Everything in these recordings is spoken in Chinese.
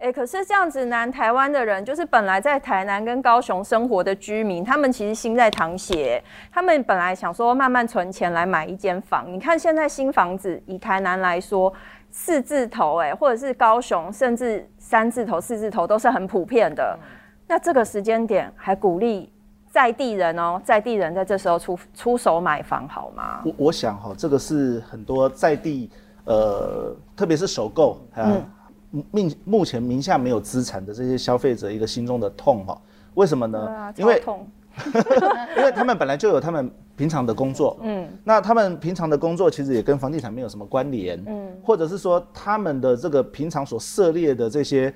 可是这样子，南台湾的人就是本来在台南跟高雄生活的居民，他们其实心在淌血。他们本来想说慢慢存钱来买一间房，你看现在新房子以台南来说，4字头或者是高雄甚至3字头、4字头都是很普遍的。那这个时间点还鼓励在地人在地人在这时候出手买房好吗？ 我想这个是很多在地特别是首购目前名下没有资产的这些消费者一个心中的痛为什么呢？因为因为他们本来就有他们平常的工作，那他们平常的工作其实也跟房地产没有什么关联，或者是说他们的这个平常所涉猎的这些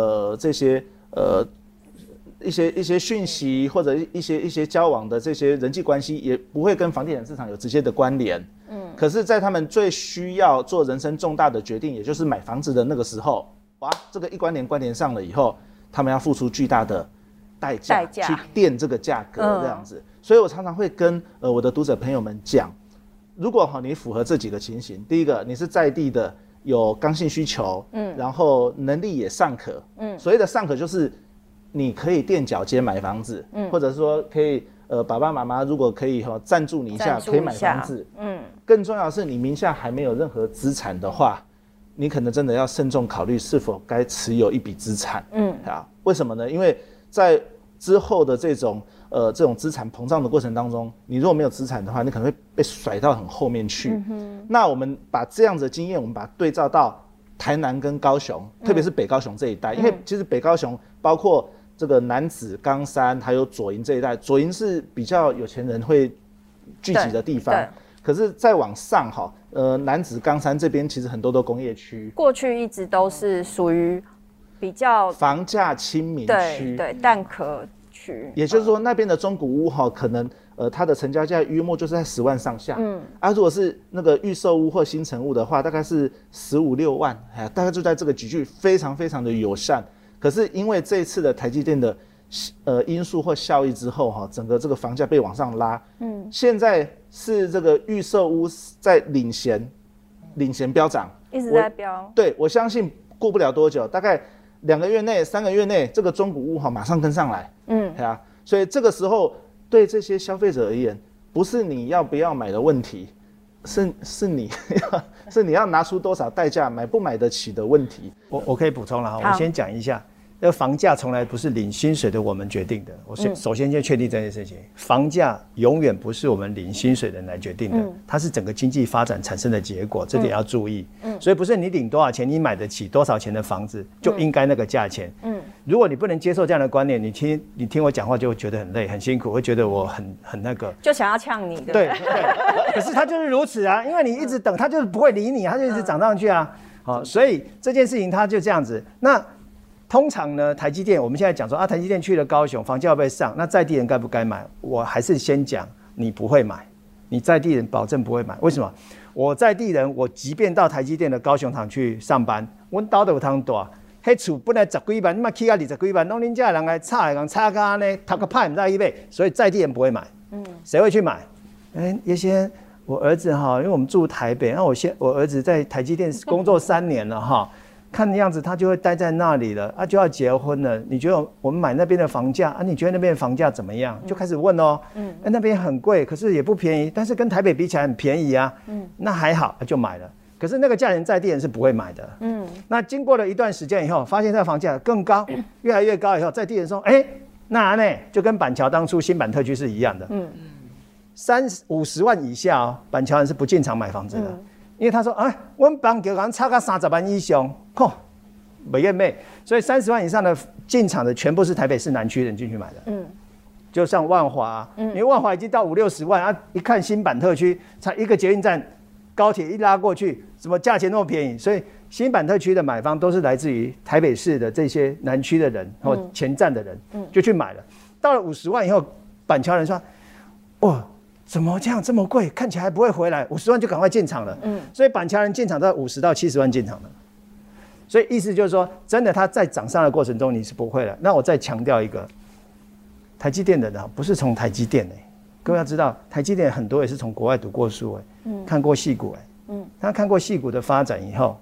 一些讯息或者一些交往的这些人际关系也不会跟房地产市场有直接的关联，可是在他们最需要做人生重大的决定，也就是买房子的那个时候，哇，这个一关联上了以后，他们要付出巨大的代价去垫这个价格这样子，所以我常常会跟我的读者朋友们讲，如果你符合这几个情形，第一个你是在地的，有刚性需求，然后能力也尚可，所谓的尚可就是你可以垫脚尖买房子，或者说可以爸爸妈妈如果可以赞助你一下，可以买房子，更重要的是你名下还没有任何资产的话，你可能真的要慎重考虑是否该持有一笔资产，为什么呢？因为在之后的这种资产膨胀的过程当中，你如果没有资产的话，你可能会被甩到很后面去。那我们把这样子的经验，我们把它对照到台南跟高雄，特别是北高雄这一带，因为其实北高雄包括这个楠梓、冈山还有左营这一带，左营是比较有钱人会聚集的地方。可是再往上楠梓、冈山这边其实很多都工业区， 过去一直都是属于比较房价亲民区， 对蛋壳区， 也就是说那边的中古屋可能它的成交价约莫就是在10万上下，如果是那个预售屋或新成屋的话，大概是15、16万，大概就在这个集聚，非常非常的友善。可是因为这一次的台积电的因素或效益之后整个这个房价被往上拉，现在是这个预售屋在领衔飙涨， 一直在飙。 对，我相信过不了多久，大概2个月内、3个月内，这个中古屋马上跟上来，所以这个时候对这些消费者而言，不是你要不要买的问题，是你要拿出多少代价买不买得起的问题。 我可以补充了我先讲一下。房价从来不是领薪水的我们决定的。我首先确定这件事情，房价永远不是我们领薪水的人来决定的，它是整个经济发展产生的结果，这点要注意。所以不是你领多少钱，你买得起多少钱的房子就应该那个价钱。如果你不能接受这样的观念，你听我讲话就会觉得很累很辛苦，会觉得我很那个， 就想要呛你。 对。可是他就是如此啊，因为你一直等，他就是不会理你，他就一直涨上去啊。所以这件事情他就这样子。那通常呢，台积电我们现在讲说台积电去了高雄，房价会不会上？那在地人该不该买？我还是先讲，你不会买，你在地人保证不会买。为什么？我在地人，我即便到台积电的高雄厂去上班，我岛都有通大，迄厝本来10几万，你嘛起到20几万，拢恁家人来差价呢，读个派唔知一倍，所以在地人不会买。谁会去买？叶先生，我儿子因为我们住台北，那我儿子在台积电工作3年了看的样子他就会待在那里了就要结婚了。你觉得我们买那边的房价你觉得那边的房价怎么样？就开始问那边很贵，可是也不便宜，但是跟台北比起来很便宜啊。那还好就买了。可是那个价钱在地人是不会买的。那经过了一段时间以后，发现这个房价更高，越来越高以后，在地人说，那呢就跟板桥当初新板特区是一样的。50万以下板桥人是不进场买房子的。因为他说我们房价差个30万以上，没愿买，所以30万以上的进场的全部是台北市南区人进去买的。就像万华，因为万华已经到50、60万一看新板特区才一个捷运站，高铁一拉过去，怎么价钱那么便宜？所以新板特区的买方都是来自于台北市的这些南区的人或前站的人，就去买了。到了50万以后，板桥人说，哇，怎么这样这么贵？看起来还不会回来，50万就赶快进场了。所以板桥人进场到50到70万进场了。所以意思就是说，真的他在涨上的过程中你是不会的。那我再强调一个，台积电的人不是从台积电各位要知道，台积电很多也是从国外读过书看过矽谷他看过矽谷的发展以后，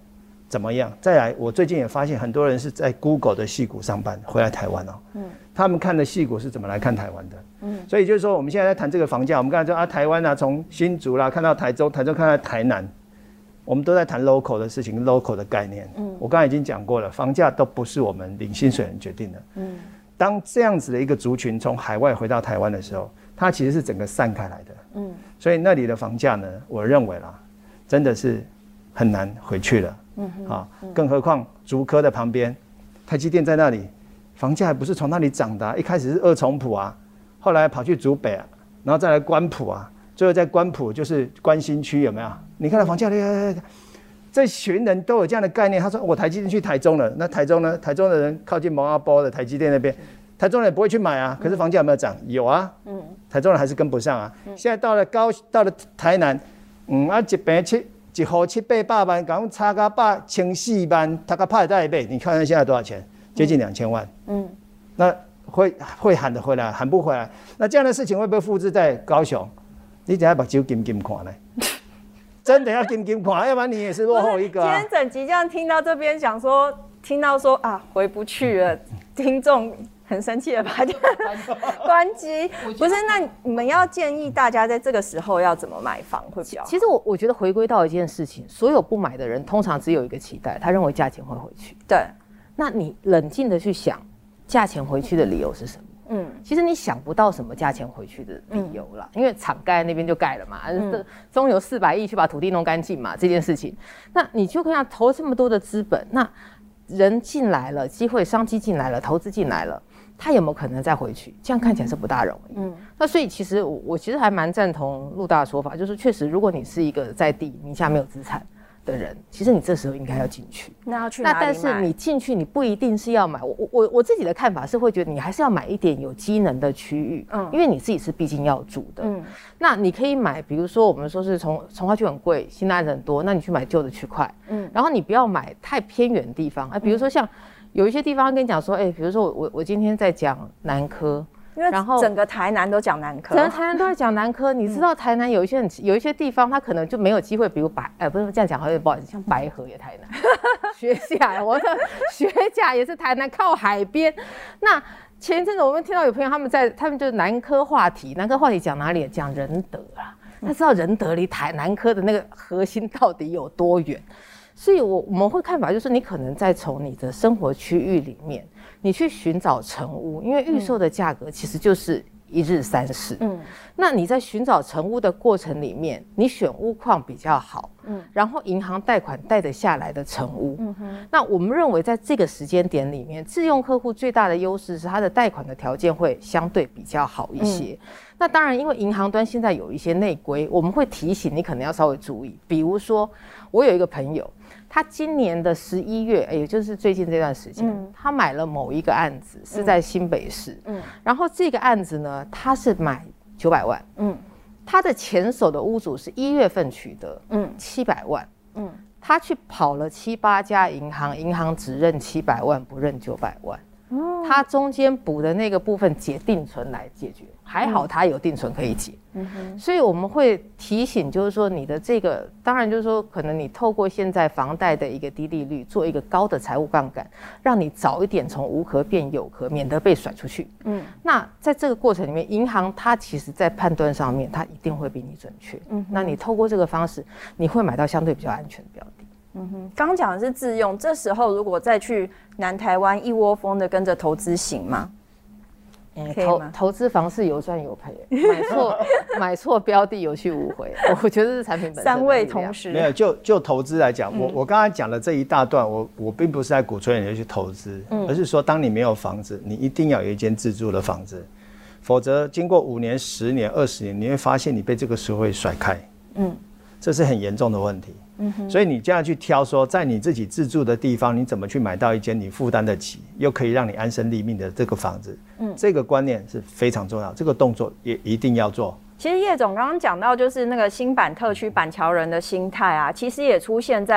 怎么样？再来，我最近也发现很多人是在 Google 的矽谷上班，回来台湾哦。他们看的矽谷是怎么来看台湾的？所以就是说，我们现在在谈这个房价，我们刚才说台湾从新竹啦看到台中，台中看到台南，我们都在谈 local 的事情 ，local 的概念。我刚才已经讲过了，房价都不是我们领薪水人决定的。当这样子的一个族群从海外回到台湾的时候，它其实是整个散开来的。所以那里的房价呢，我认为啦，真的是很难回去了。更何况竹科的旁边，台积电在那里，房价还不是从那里涨的一开始是二重埔啊，后来跑去竹北啊，然后再来关埔啊，最后在关埔就是关新区，有没有？你看到房价，这群人都有这样的概念。他说我台积电去台中了，那台中呢？台中的人靠近蒙阿波的台积电那边，台中人也不会去买啊。可是房价有没有涨？有啊。台中人还是跟不上啊。现在到了台南，一平一户700-800万，讲差个8,400万，他个派在买，你看看现在多少钱？接近2000万。那会喊得回来，喊不回来。那这样的事情会不会复制在高雄？你等下把酒金看呢？真的要金看，要不然你也是落后一个。 今天整集这样听到这边，听到说回不去了，听众很生气的把它关机。不是，那你们要建议大家在这个时候要怎么买房会比较好？ 其实我觉得回归到一件事情，所有不买的人通常只有一个期待，他认为价钱会回去。 对， 那你冷静的去想，价钱回去的理由是什么？其实你想不到什么价钱回去的理由啦，因为厂盖在那边就盖了嘛，中油400亿去把土地弄干净嘛，这件事情，那你就可以投这么多的资本，那人进来了，机会商机进来了，投资进来了，他有没有可能再回去？这样看起来是不大容易。那所以其实我其实还蛮赞同陆大的说法，就是确实如果你是一个在地名下没有资产的人，其实你这时候应该要进去。 那要去哪里买？ 但是你进去，你不一定是要买。我自己的看法是会觉得你还是要买一点有机能的区域，因为你自己是毕竟要住的。那你可以买，比如说我们说是从化区很贵，新的案子很多，那你去买旧的区块。然后你不要买太偏远的地方，比如说像有一些地方跟你讲说，比如说我今天在讲南科。 因为整个台南都讲南科， 整个台南都在讲南科。你知道台南有一些地方，它可能就没有机会，比如不是这样讲，好像不好意思，像白河也台南，学甲，我的学甲也是台南，靠海边。那前一阵子我们听到有朋友他们就是南科话题讲哪里？讲仁德啦。他知道仁德离南科的那个核心到底有多远？所以我们会看法就是，你可能在从你的生活区域里面，你去寻找成屋，因为预售的价格其实就是1日3市。那你在寻找成屋的过程里面，你选屋况比较好，然后银行贷款贷得下来的成屋。那我们认为在这个时间点里面，自用客户最大的优势是它的贷款的条件会相对比较好一些。那当然，因为银行端现在有一些内规，我们会提醒你可能要稍微注意。比如说，我有一个朋友，他今年的11月，也就是最近这段时间，他买了某一个案子，是在新北市。然后这个案子呢，他是买900万。他的前手的屋主是1月份取得，700万。他去跑了7、8家银行，银行只认700万，不认900万。他中间补的那个部分解定存来解决，还好他有定存可以解。所以我们会提醒，就是说你的这个，当然就是说，可能你透过现在房贷的一个低利率，做一个高的财务杠杆，让你早一点从无壳变有壳，免得被甩出去。那在这个过程里面，银行它其实在判断上面，它一定会比你准确。那你透过这个方式，你会买到相对比较安全的标的。 刚讲的是自用，这时候如果再去南台湾一窝蜂的跟着投资行吗？ 投资房是有赚有赔，买错标的有去无回。我觉得是产品本身三位同时没有就投资来讲，我刚才讲的这一大段，我并不是在鼓吹你去投资，而是说当你没有房子，你一定要有一间自住的房子，否则经过5年、10年、20年，你会发现你被这个社会甩开。这是很严重的问题。所以你这样去挑说，在你自己自住的地方，你怎么去买到一间你负担得起，又可以让你安身立命的这个房子？这个观念是非常重要，这个动作也一定要做。 其实叶总刚刚讲到，就是那个新板特区板桥人的心态啊，其实也出现在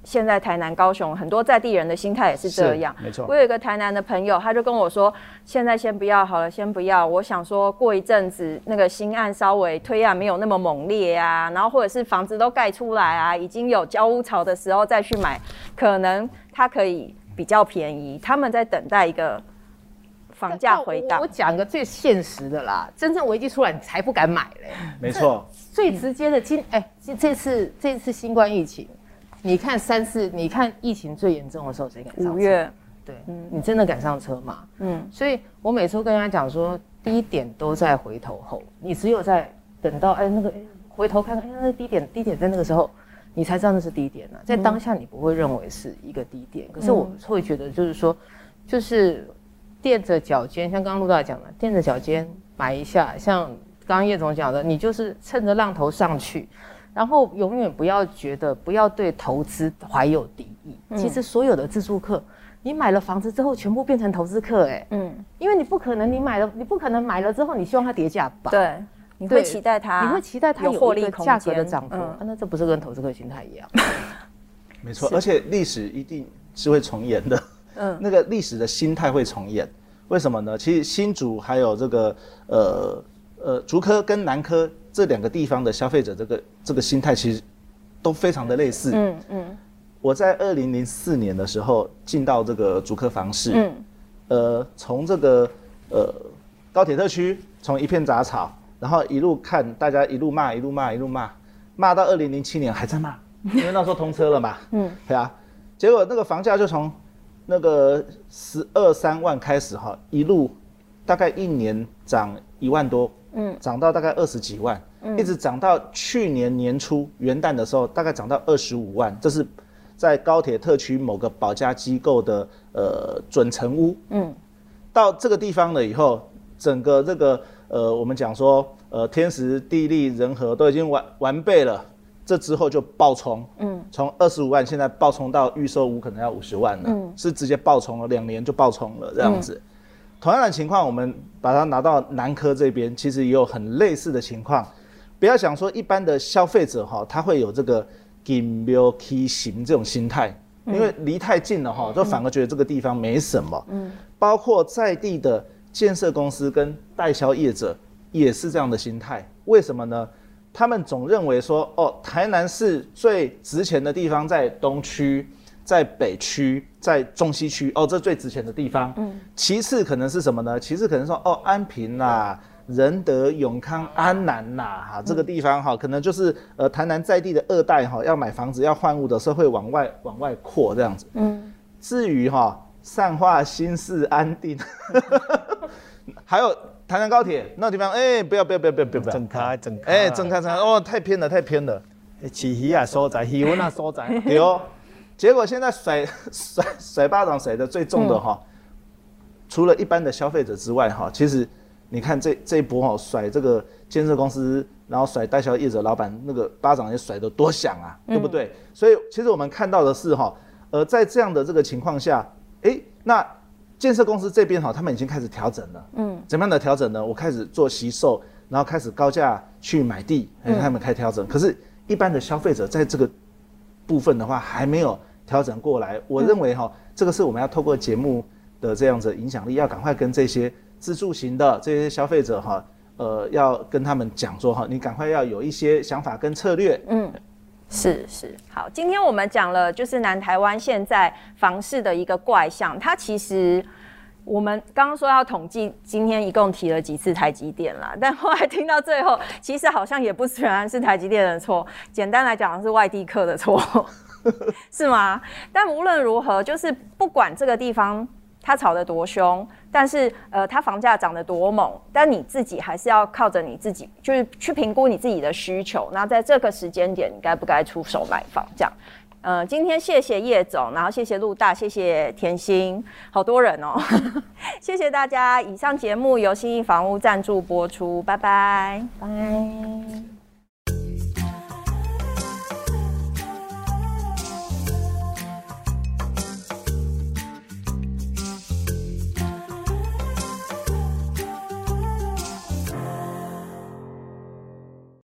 现在台南、高雄很多在地人的心态也是这样。 没错。 我有一个台南的朋友，他就跟我说，现在先不要好了，先不要。我想说过一阵子那个新案稍微推案没有那么猛烈啊，然后或者是房子都盖出来啊，已经有交屋潮的时候再去买，可能它可以比较便宜。他们在等待一个房价回档。 我讲个最现实的啦，真正危机出来你才不敢买嘞。 没错。 最直接的这次新冠疫情。你看你看疫情最严重的时候，谁敢上车？5 月， 对，你真的敢上车吗？所以我每次都跟人家讲说，低点都在回头后，你只有在等到那个回头看看，那低点在那个时候，你才知道那是低点啊。在当下你不会认为是一个低点，可是我会觉得就是说，就是垫着脚尖，像刚刚陆大讲的，垫着脚尖买一下，像刚刚叶总讲的，你就是趁着浪头上去。然后永远不要对投资怀有敌意。其实所有的自住客，你买了房子之后，全部变成投资客，因为你不可能买了之后，你希望它跌价吧？ 对，你会期待它有获利价格的涨幅，那这不是跟投资客心态一样？ 没错，而且历史一定是会重演的。那个历史的心态会重演，为什么呢？其实新竹还有这个竹科跟南科这2个地方的消费者这个心态其实都非常的类似。我在2004年的时候进到这个竹科房市，从这个高铁特区，从一片杂草，然后一路看大家一路骂到2007年还在骂，因为那时候通车了嘛。对啊，结果那个房价就从那个12、13万开始一路大概1年涨1万多。涨到大概20几万，一直涨到去年年初元旦的时候，大概涨到25万。这是在高铁特区某个保价机构的准成屋。到这个地方了以后，整个这个我们讲说天时地利人和都已经完备了，这之后就爆冲。从25万现在爆冲到预售屋可能要50万了，是直接爆冲了，2年就爆冲了这样子。同样的情况，我们把它拿到南科这边，其实也有很类似的情况。不要想说一般的消费者他会有这个金庙起行这种心态，因为离太近了就反而觉得这个地方没什么。包括在地的建设公司跟代销业者也是这样的心态。为什么呢？他们总认为说，台南市最值钱的地方在东区。在北区，在中西区，这最值钱的地方。其次可能是什么呢？其次可能说，安平啦、仁德、永康、安南啦，这个地方可能就是台南在地的2代要买房子要换屋的时候会往外扩这样子。至于善化、新市、安定，还有台南高铁那个地方，不要， 整开， 太偏了， 起鱼啊所在，鱼那所在， 对哦。结果现在甩巴掌甩的最重的除了一般的消费者之外其实你看这一波甩这个建设公司，然后甩代销业者老板，那个巴掌也甩得多响啊，对不对？所以其实我们看到的是在这样的这个情况下，那建设公司这边他们已经开始调整了。怎么样的调整呢？我开始做惜售，然后开始高价去买地，他们开始调整。可是，一般的消费者在这个部分的话还没有调整过来。我认为这个是我们要透过节目的这样子影响力，要赶快跟这些自住型的这些消费者要跟他们讲说你赶快要有一些想法跟策略。 是好，今天我们讲了就是南台湾现在房市的一个怪象，它其实我们刚刚说要统计今天一共提了几次台积电啦，但后来听到最后，其实好像也不全然是台积电的错，简单来讲是外地客的错，是吗？但无论如何，就是不管这个地方它炒得多凶，但是它房价涨得多猛，但你自己还是要靠着你自己，就是去评估你自己的需求，那在这个时间点，你该不该出手买房这样。今天谢谢叶总，然后谢谢陆大，谢谢甜心，好多人哦，谢谢大家。以上节目由信义房屋赞助播出，拜拜， 拜。